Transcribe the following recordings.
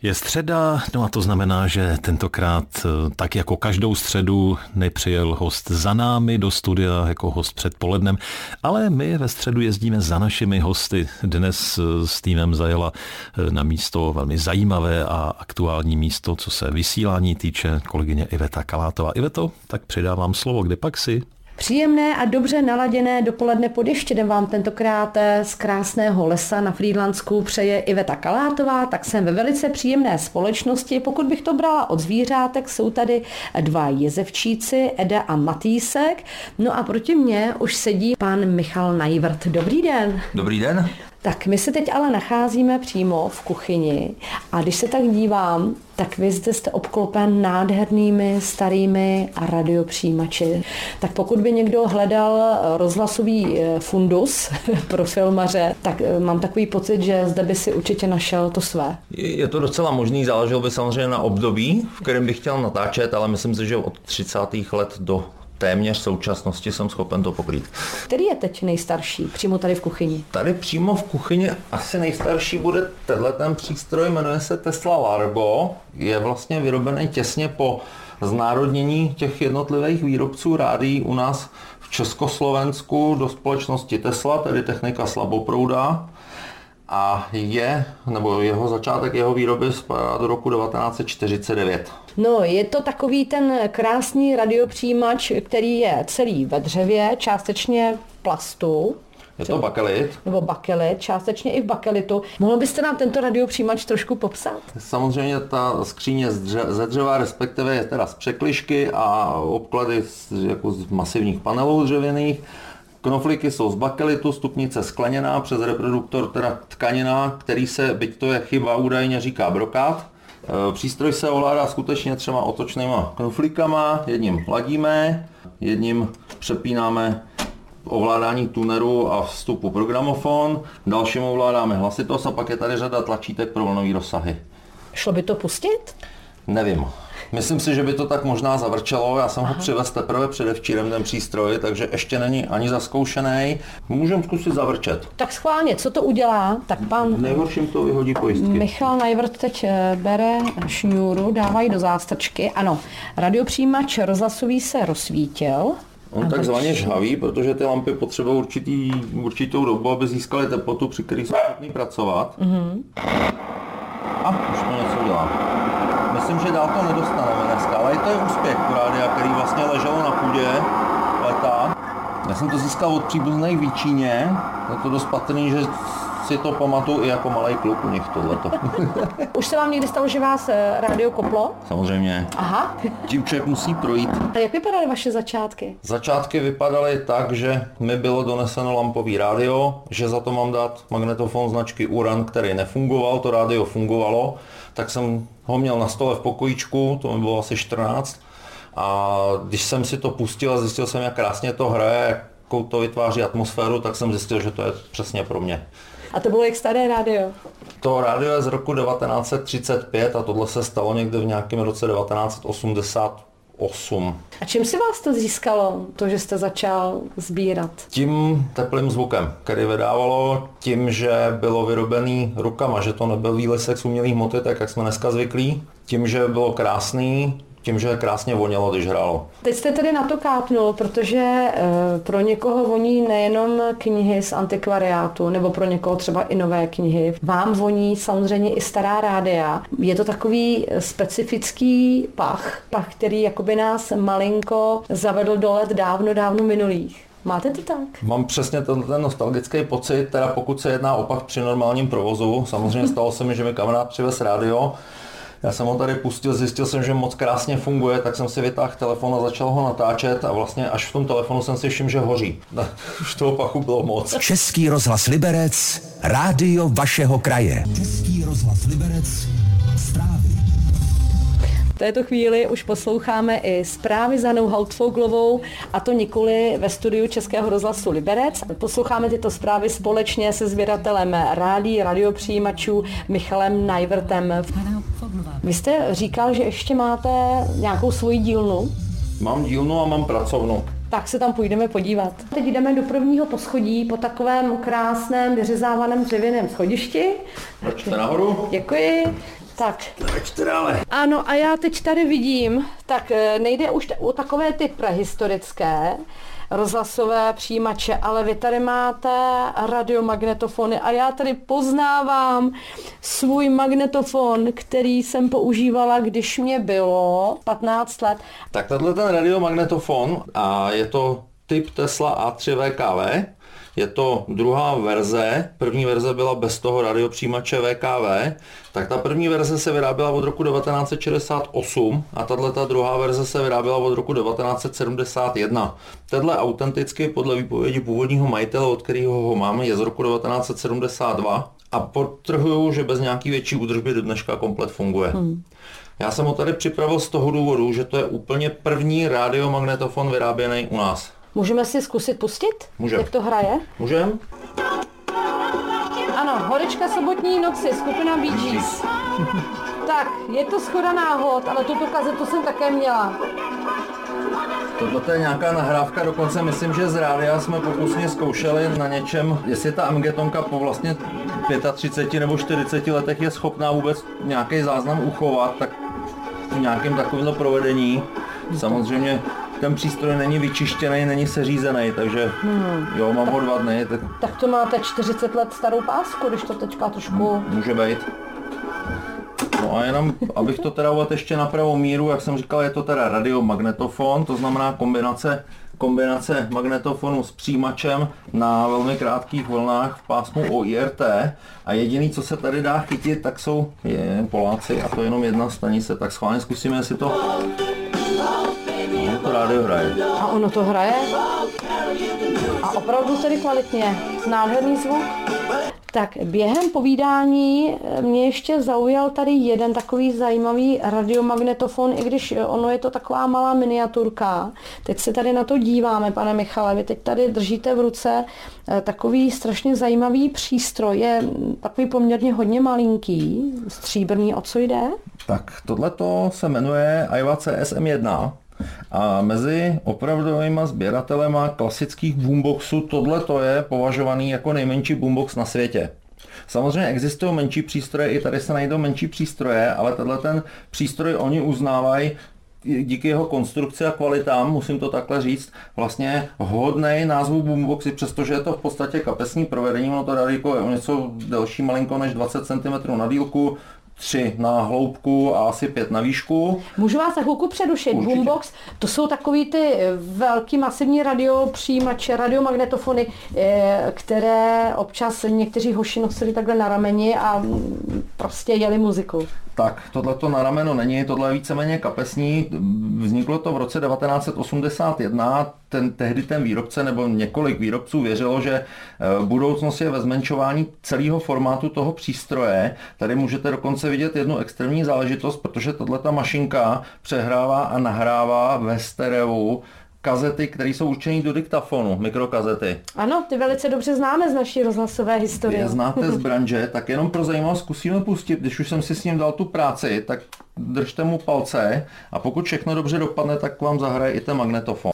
Je středa, no a to znamená, že tentokrát, tak jako každou středu, nepřijel host za námi do studia jako host předpolednem, ale my ve středu jezdíme za našimi hosty. Dnes s týmem zajela na místo velmi zajímavé a aktuální místo, co se vysílání týče, kolegyně Iveta Kalátová. Iveto, tak přidávám slovo, kde pak si? Příjemné a dobře naladěné dopoledne pod Ještědem vám tentokrát z krásného lesa na Frýdlansku přeje Iveta Kalátová, tak jsem ve velice příjemné společnosti. Pokud bych to brala od zvířátek, jsou tady dva jezevčíci, Eda a Matýsek. No a proti mně už sedí pan Michal Najvrt. Dobrý den. Dobrý den. Tak my se teď ale nacházíme přímo v kuchyni a když se tak dívám, tak vy zde jste obklopen nádhernými starými radiopřijímači. Tak pokud by někdo hledal rozhlasový fundus pro filmaře, tak mám takový pocit, že zde by si určitě našel to své. Je to docela možný, záleželo by samozřejmě na období, v kterém bych chtěl natáčet, ale myslím si, že od 30. let do téměř současnosti jsem schopen to pokrýt. Který je teď nejstarší, přímo tady v kuchyni? Tady přímo v kuchyni asi nejstarší bude ten přístroj, jmenuje se Tesla Largo. Je vlastně vyrobený těsně po znárodnění těch jednotlivých výrobců rádií u nás v Československu do společnosti Tesla, tedy technika slaboprouda. A jeho začátek jeho výroby spadá do roku 1949. No, je to takový ten krásný radiopřijímač, který je celý ve dřevě, částečně plastu. Je to bakelit. Nebo bakelit, částečně i v bakelitu. Mohl byste nám tento radiopřijímač trošku popsat? Samozřejmě ta skříně ze dřeva, respektive je teda z překližky a obklady jako z masivních panelů dřevěných. Knoflíky jsou z bakelitu, stupnice skleněná, přes reproduktor teda tkanina, který se, byť to je chyba, údajně říká brokát. Přístroj se ovládá skutečně 3 otočnýma knoflíkama, jedním ladíme, jedním přepínáme ovládání tuneru a vstupu pro gramofon, dalším ovládáme hlasitost a pak je tady řada tlačítek pro vlnový rozsahy. Šlo by to pustit? Nevím. Myslím si, že by to tak možná zavrčelo. Já jsem ho přivez teprve předevčírem ten přístroj, takže ještě není ani zaskoušený. Můžeme zkusit zavrčet. Tak schválně, co to udělá? Tak pan nejhorším to vyhodí pojistky. Michal Najvrt teď bere šňůru, dává ji do zástrčky. Ano, radiopřijímač rozhlasový se rozsvítil. On takzvaně žhaví, protože ty lampy potřebují určitou dobu, aby získaly teplotu, při které jsou schopný pracovat. A už to něco dělá. Myslím, že dál to nedostaneme dneska, ale i to je úspěch rádia, který vlastně leželo na půdě leta. Já jsem to získal od příbuzných v Číně, je to dost patrný, že si to pamatuju i jako malej kluk u nich tohleto. Už se vám někdy stalo, že vás rádio koplo? Samozřejmě. Aha. Tím člověk musí projít. A jak vypadaly vaše začátky? Začátky vypadaly tak, že mi bylo doneseno lampový rádio, že za to mám dát magnetofon značky Uran, který nefungoval, to rádio fungovalo, tak jsem ho měl na stole v pokojíčku, to mi bylo asi 14. A když jsem si to pustil a zjistil jsem, jak krásně to hraje, jakou to vytváří atmosféru, tak jsem zjistil, že to je přesně pro mě. A to bylo jak staré rádio? To rádio je z roku 1935 a tohle se stalo někde v nějakém roce 1988. A čím si vás to získalo, to, že jste začal sbírat? Tím teplým zvukem, který vydávalo, tím, že bylo vyrobený rukama, že to nebyl výlisek z umělý hmoty, tak jak jsme dneska zvyklí, tím, že bylo krásný, tím, že krásně vonělo, když hrálo. Teď jste tedy na to kápnul, protože pro někoho voní nejenom knihy z antikvariátu, nebo pro někoho třeba i nové knihy. Vám voní samozřejmě i stará rádia. Je to takový specifický pach, který jakoby nás malinko zavedl do let dávno minulých. Máte to tak? Mám přesně ten nostalgický pocit, teda pokud se jedná o pach při normálním provozu. Samozřejmě stalo se mi, že mi kamarád přivez rádio. Já jsem ho tady pustil, zjistil jsem, že moc krásně funguje, tak jsem si vytáhl telefon a začal ho natáčet a vlastně až v tom telefonu jsem si všiml, že hoří. Už toho pachu bylo moc. Český rozhlas Liberec, rádio vašeho kraje. Český rozhlas Liberec, zprávy. V této chvíli už posloucháme i zprávy za Hanou Hautfoglovou, a to nikoli ve studiu Českého rozhlasu Liberec. Posloucháme tyto zprávy společně se sběratelem rádií, radiopřijímačů Michalem Najvrtem. Vy jste říkal, že ještě máte nějakou svoji dílnu? Mám dílnu a mám pracovnu. Tak se tam půjdeme podívat. Teď jdeme do prvního poschodí po takovém krásném vyřezávaném dřevěném schodišti. Pročte nahoru. Děkuji. Tak. Ale. Ano, a já teď tady vidím, tak nejde už o takové ty prehistorické rozhlasové přijímače, ale vy tady máte radiomagnetofony a já tady poznávám svůj magnetofon, který jsem používala, když mě bylo 15 let. Tak tato ten radiomagnetofon a je to typ Tesla A3 VKV. Je to druhá verze, první verze byla bez toho radiopřijímače VKV, tak ta první verze se vyráběla od roku 1968 a tato druhá verze se vyráběla od roku 1971. Tenhle autenticky podle výpovědi původního majitele, od kterého ho máme, je z roku 1972 a podtrhuju, že bez nějaký větší údržby do dneška komplet funguje. Já jsem ho tady připravil z toho důvodu, že to je úplně první radiomagnetofon vyráběný u nás. Můžeme si zkusit pustit? Můžeme. Jak to hraje? Můžeme? Ano, Horečka sobotní noci, skupina Bee Gees. Tak, je to shoda náhod, ale tuto kazetu jsem také měla. Tohle je nějaká nahrávka, dokonce myslím, že z rádia jsme pokusně zkoušeli na něčem, jestli ta MG-tonka po vlastně 35 nebo 40 letech je schopná vůbec nějaký záznam uchovat, tak v nějakém takovémhle provedení. Samozřejmě ten přístroj není vyčištěný, není seřízený, takže jo, mám ho 2 dny. Tak to máte 40 let starou pásku, když to teďka trošku... Může být. No a jenom, abych to teda uvedl ještě na pravou míru, jak jsem říkal, je to teda radiomagnetofon, to znamená kombinace magnetofonu s přijímačem na velmi krátkých vlnách v pásmu OIRT a jediný, co se tady dá chytit, tak jsou Poláci a to je jenom jedna stanice, tak schválně zkusíme, jestli to... No, to rádio hraje. A ono to hraje? A opravdu tedy kvalitně. Nádherný zvuk. Tak během povídání mě ještě zaujal tady jeden takový zajímavý radiomagnetofon, i když ono je to taková malá miniaturka. Teď se tady na to díváme, pane Michale, vy teď tady držíte v ruce takový strašně zajímavý přístroj, je takový poměrně hodně malinký, stříbrný, o co jde? Tak tohleto se jmenuje Aiwa CSM1. A mezi opravdovými sběratelema klasických boomboxů tohleto je považovaný jako nejmenší boombox na světě. Samozřejmě existují menší přístroje, i tady se najdou menší přístroje, ale tenhle ten přístroj oni uznávají díky jeho konstrukci a kvalitám, musím to takhle říct, vlastně hodnej názvu boomboxy, přestože je to v podstatě kapesní provedení, ono to radíko je o něco delší malinko než 20 cm na dílku, 3 na hloubku a asi 5 na výšku. Můžu vás za chvilku přerušit? Určitě. Boombox, to jsou takový ty velký masivní radiopřijímače, radiomagnetofony, které občas někteří hoši nosili takhle na rameni a prostě jeli muziku. Tak, tohleto na rameno není, tohle je víceméně kapesní. Vzniklo to v roce 1981. Tehdy ten výrobce nebo několik výrobců věřilo, že budoucnost je ve zmenšování celého formátu toho přístroje. Tady můžete dokonce vidět jednu extrémní záležitost, protože tato mašinka přehrává a nahrává ve stereu kazety, které jsou určené do diktafonu, mikrokazety. Ano, ty velice dobře známe z naší rozhlasové historie. Je znáte z branže, tak jenom pro zajímavost zkusíme pustit, když už jsem si s ním dal tu práci, tak držte mu palce a pokud všechno dobře dopadne, tak vám zahraje i ten magnetofon.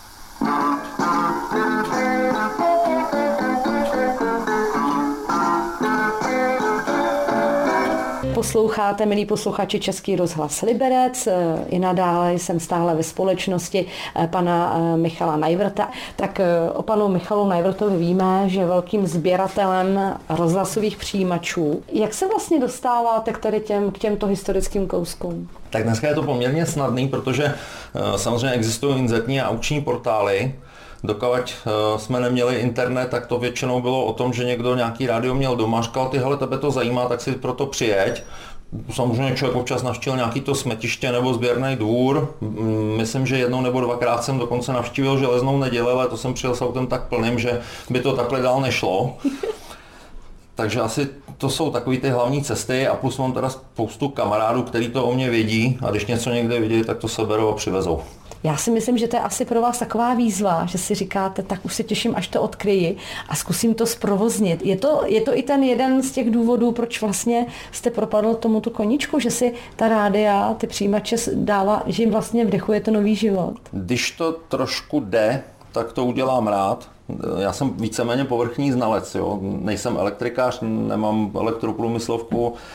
Posloucháte, milí posluchači, Český rozhlas Liberec. I nadále jsem stále ve společnosti pana Michala Najvrta. Tak o panu Michalu Najvrtovi víme, že je velkým sběratelem rozhlasových přijímačů. Jak se vlastně dostáváte k těmto historickým kouskům? Tak dneska je to poměrně snadný, protože samozřejmě existují inzertní a aukční portály. Dokud jsme neměli internet, tak to většinou bylo o tom, že někdo nějaký rádio měl doma, říkal, ty hele, tebe to zajímá, tak si proto přijeď. Samozřejmě člověk občas navštívil nějaký to smetiště nebo sběrný dvůr. Myslím, že jednou nebo dvakrát jsem dokonce navštívil Železnou neděli, ale to jsem přijel s autem tak plným, že by to takhle dál nešlo. Takže asi to jsou takové ty hlavní cesty a plus mám teda spoustu kamarádů, kteří to o mě vědí a když něco někde vidí, tak to seberou a přivezou. Já si myslím, že to je asi pro vás taková výzva, že si říkáte, tak už se těším, až to odkryji a zkusím to zprovoznit. Je to i ten jeden z těch důvodů, proč vlastně jste propadl tomuto koníčku, že si ta rádia, ty přijímače dává, že jim vlastně vdechujete nový život? Když to trošku jde, tak to udělám rád. Já jsem víceméně povrchní znalec, jo. Nejsem elektrikář, nemám elektroprůmyslovku.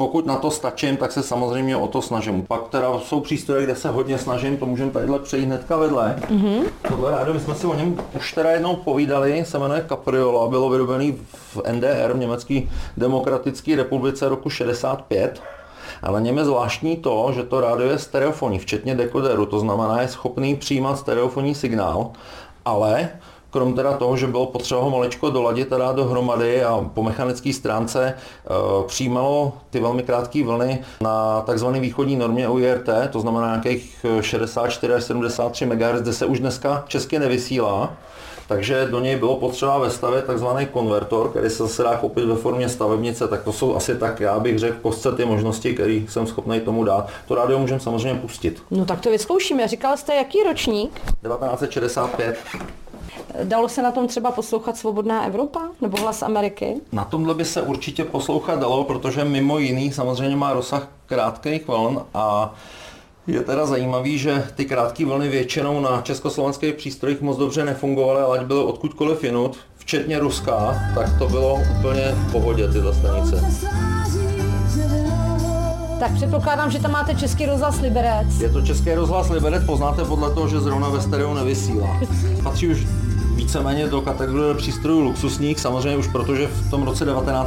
Pokud na to stačím, tak se samozřejmě o to snažím. Pak teda jsou přístroje, kde se hodně snažím, to můžeme tadyhle přejít hnedka vedle. Tohle rádio, my jsme si o něm už teda jednou povídali, se jmenuje Capriola, bylo vyrobený v NDR, v Německé demokratické republice roku 65. A na něm je zvláštní to, že to rádio je stereofonní, včetně dekoderu, to znamená, je schopný přijímat stereofonní signál, ale krom teda toho, že bylo potřeba ho maličko doladit teda dohromady a po mechanické stránce přijímalo ty velmi krátké vlny na takzvané východní normě UIRT, to znamená nějakých 64 až 73 MHz, kde se už dneska česky nevysílá. Takže do něj bylo potřeba vestavit takzvaný konvertor, který se zase dá koupit ve formě stavebnice, tak to jsou asi tak, já bych řekl, v kostce ty možnosti, které jsem schopný tomu dát. To rádio můžeme samozřejmě pustit. No tak to vyzkoušíme. Říkal jste, jaký ročník? 1965. Dalo se na tom třeba poslouchat Svobodná Evropa nebo Hlas Ameriky? Na tomhle by se určitě poslouchat dalo, protože mimo jiný samozřejmě má rozsah krátkých vln a je teda zajímavý, že ty krátké vlny většinou na československých přístrojích moc dobře nefungovaly, ale ať byly odkudkoliv jinut, včetně Ruska, tak to bylo úplně v pohodě tyhle stanice. Tak předpokládám, že tam máte Český rozhlas Liberec. Je to Český rozhlas Liberec, poznáte podle toho, že zrovna ve stereo nevysílá. Patří už víceméně do kategorie přístrojů luxusních, samozřejmě už protože v tom roce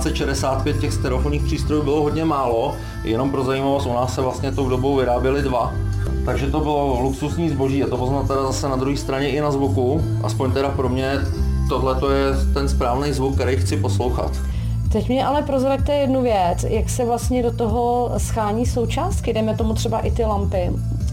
1965 těch stereofonních přístrojů bylo hodně málo, jenom pro zajímavost, u nás se vlastně tou dobou vyráběly 2. Takže to bylo luxusní zboží a to poznat teda zase na druhé straně i na zvuku, aspoň teda pro mě tohle to je ten správný zvuk, který chci poslouchat. Teď mě ale prozraďte jednu věc, jak se vlastně do toho schání součástky, dejme tomu třeba i ty lampy.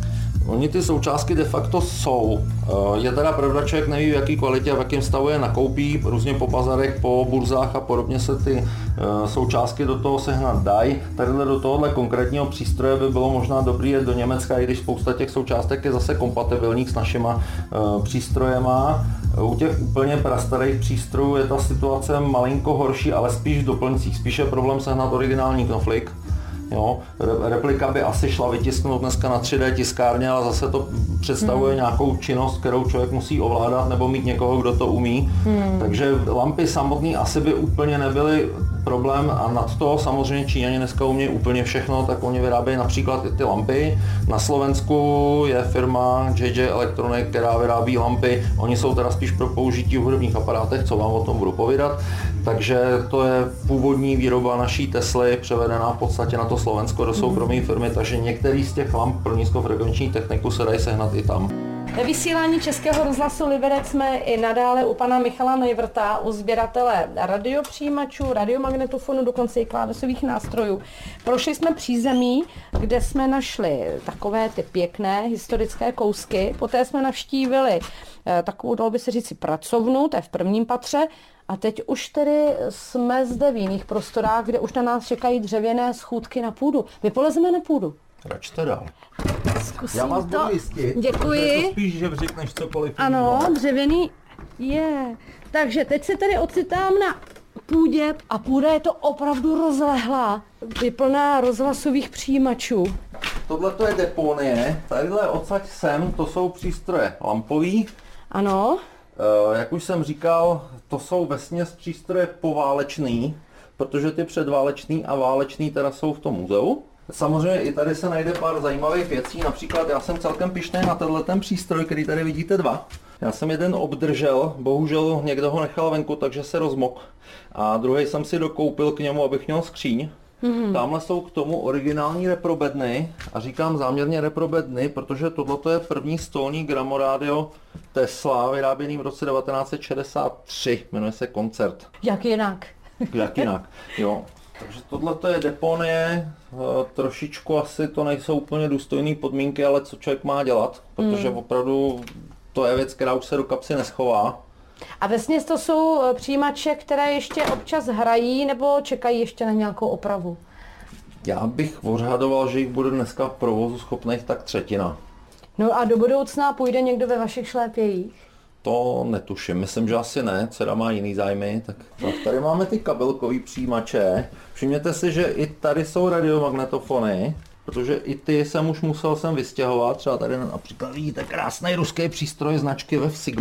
Oni ty součástky de facto jsou. Je teda pravda, člověk neví, v jaký kvalitě a v jakém stavu je nakoupí, různě po bazarech, po burzách a podobně se ty součástky do toho sehnat dají. Tadyhle do tohohle konkrétního přístroje by bylo možná dobrý jet do Německa, i když spousta těch součástek je zase kompatibilních s našima přístrojema. U těch úplně prastarých přístrojů je ta situace malinko horší, ale spíš v doplňcích. Spíš je problém sehnat originální knoflík. Jo, replika by asi šla vytisknout dneska na 3D tiskárně, ale zase to představuje nějakou činnost, kterou člověk musí ovládat nebo mít někoho, kdo to umí. Takže lampy samotné asi by úplně nebyly problém a nad to samozřejmě Číňani dneska umějí úplně všechno, tak oni vyrábějí například i ty lampy. Na Slovensku je firma JJ Electronic, která vyrábí lampy. Oni jsou teda spíš pro použití v hudebních aparátech, co vám o tom budu povídat. Takže to je původní výroba naší Tesly, převedená v podstatě na to Slovensko do soukromé firmy, takže některý z těch lamp pro nízkofrekvenční techniku se dají sehnat i tam. Ve vysílání Českého rozhlasu Liberec jsme i nadále u pana Michala Neuwirta, u sběratele radiopřijímačů, radiomagnetofonu, dokonce i klávesových nástrojů. Prošli jsme přízemí, kde jsme našli takové ty pěkné historické kousky, poté jsme navštívili takovou, dalo by se říci, pracovnu, to je v prvním patře, a teď už tedy jsme zde v jiných prostorách, kde už na nás čekají dřevěné schůdky na půdu. My polezeme na půdu. Račte dál. Zkusím Já vás to. budu jistit. Děkuji. Je to spíš žebřík než cokoliv. Ano, dřevěný je. Takže teď se tady ocitám na půdě a půda je to opravdu rozlehlá. Je plná rozhlasových přijímačů. Tohle to je deponie, tadyhle odsaď sem, to jsou přístroje lampový. Ano. Jak už jsem říkal, to jsou vesměs přístroje poválečný, protože ty předválečný a válečný teda jsou v tom muzeu. Samozřejmě i tady se najde pár zajímavých věcí, například já jsem celkem pyšný na tenhle přístroj, který tady vidíte 2. Já jsem jeden obdržel, bohužel někdo ho nechal venku, takže se rozmok. A druhý jsem si dokoupil k němu, abych měl skříň. Tamhle jsou k tomu originální reprobedny a říkám záměrně reprobedny, protože tohleto je první stolní gramorádio Tesla, vyráběný v roce 1963, jmenuje se Koncert. Jak jinak? Jak jinak, jo. Takže tohleto je deponie, trošičku asi to nejsou úplně důstojné podmínky, ale co člověk má dělat, protože opravdu to je věc, která už se do kapsy neschová. A vesměs to jsou přijímače, které ještě občas hrají nebo čekají ještě na nějakou opravu? Já bych odhadoval, že jich bude dneska v provozu schopných tak 1/3. No a do budoucna půjde někdo ve vašich šlépějích? To netuším, myslím, že asi ne, dcera má jiný zájmy. Tak tady máme ty kabelkový přijímače. Všimněte si, že i tady jsou radiomagnetofony, protože i ty jsem už musel sem vystěhovat. Třeba tady například vidíte krásný ruský přístroj značky Vev Sigma.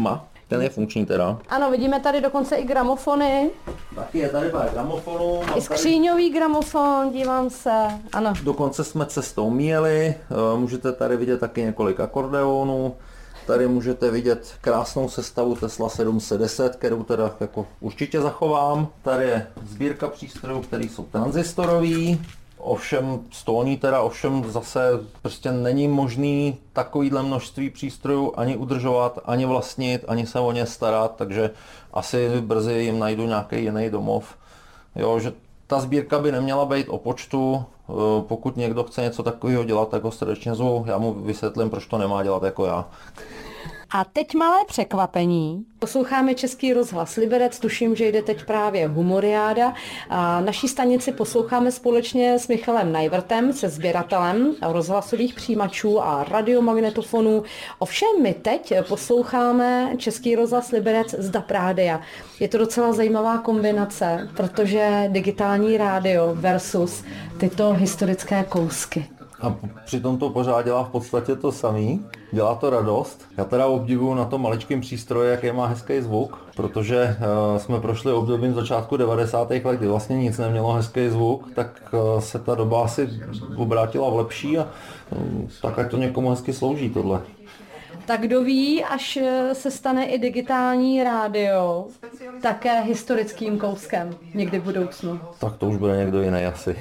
Ten je funkční teda. Ano, vidíme tady dokonce i gramofony. Taky je tady pár gramofonů. I skříňový gramofon, dívám se. Ano. Dokonce jsme cestou míjeli. Můžete tady vidět taky několik akordeonů. Tady můžete vidět krásnou sestavu Tesla 710, kterou teda jako určitě zachovám. Tady je sbírka přístrojů, které jsou transistorový. Ovšem stolní teda, zase prostě není možný takovýhle množství přístrojů ani udržovat, ani vlastnit, ani se o ně starat, takže asi brzy jim najdu nějaký jiný domov. Jo, že ta sbírka by neměla být o počtu, pokud někdo chce něco takového dělat, tak ho srdečně zvu, já mu vysvětlím, proč to nemá dělat jako já. A teď malé překvapení. Posloucháme Český rozhlas Liberec, tuším, že jde teď právě Humoriáda. A naší stanici posloucháme společně s Michalem Najvrtem, se sběratelem rozhlasových přijímačů a radiomagnetofonů. Ovšem my teď posloucháme Český rozhlas Liberec z DAB rádia. Je to docela zajímavá kombinace, protože digitální rádio versus tyto historické kousky. A přitom to pořád dělá v podstatě to samý, dělá to radost. Já teda obdivuju na tom maličkém přístroji, jaký má hezký zvuk, protože jsme prošli obdobím začátku 90. let, kdy vlastně nic nemělo hezký zvuk, tak se ta doba asi obrátila v lepší a tak ať to někomu hezky slouží tohle. Tak kdo ví, až se stane i digitální rádio, také historickým kouskem někdy v budoucnu. Tak to už bude někdo jiný asi.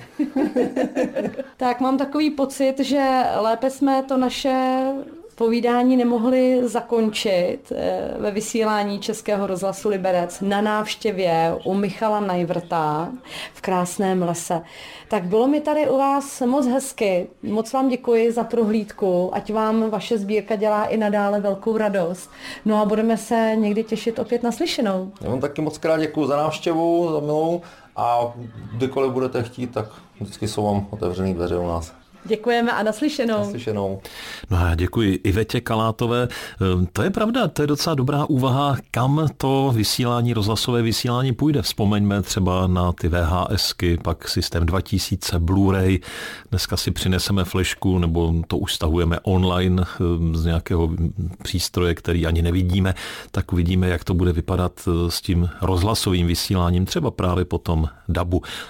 Tak mám takový pocit, že lépe jsme to naše povídání nemohli zakončit ve vysílání Českého rozhlasu Liberec na návštěvě u Michala Najvrta v krásném lese. Tak bylo mi tady u vás moc hezky. Moc vám děkuji za prohlídku, ať vám vaše sbírka dělá i nadále velkou radost. No a budeme se někdy těšit opět na slyšenou. Já vám taky moc krát děkuji za návštěvu, za milou a kdykoliv budete chtít, tak vždycky jsou vám otevřený dveře u nás. Děkujeme a naslyšenou. Naslyšenou. No a děkuji Ivetě Kalátové. To je pravda, to je docela dobrá úvaha, kam to vysílání, rozhlasové vysílání půjde. Vzpomeňme třeba na ty VHSky, pak systém 2000, Blu-ray. Dneska si přineseme flešku, nebo to už stahujeme online z nějakého přístroje, který ani nevidíme, tak uvidíme, jak to bude vypadat s tím rozhlasovým vysíláním, třeba právě po tom DABu.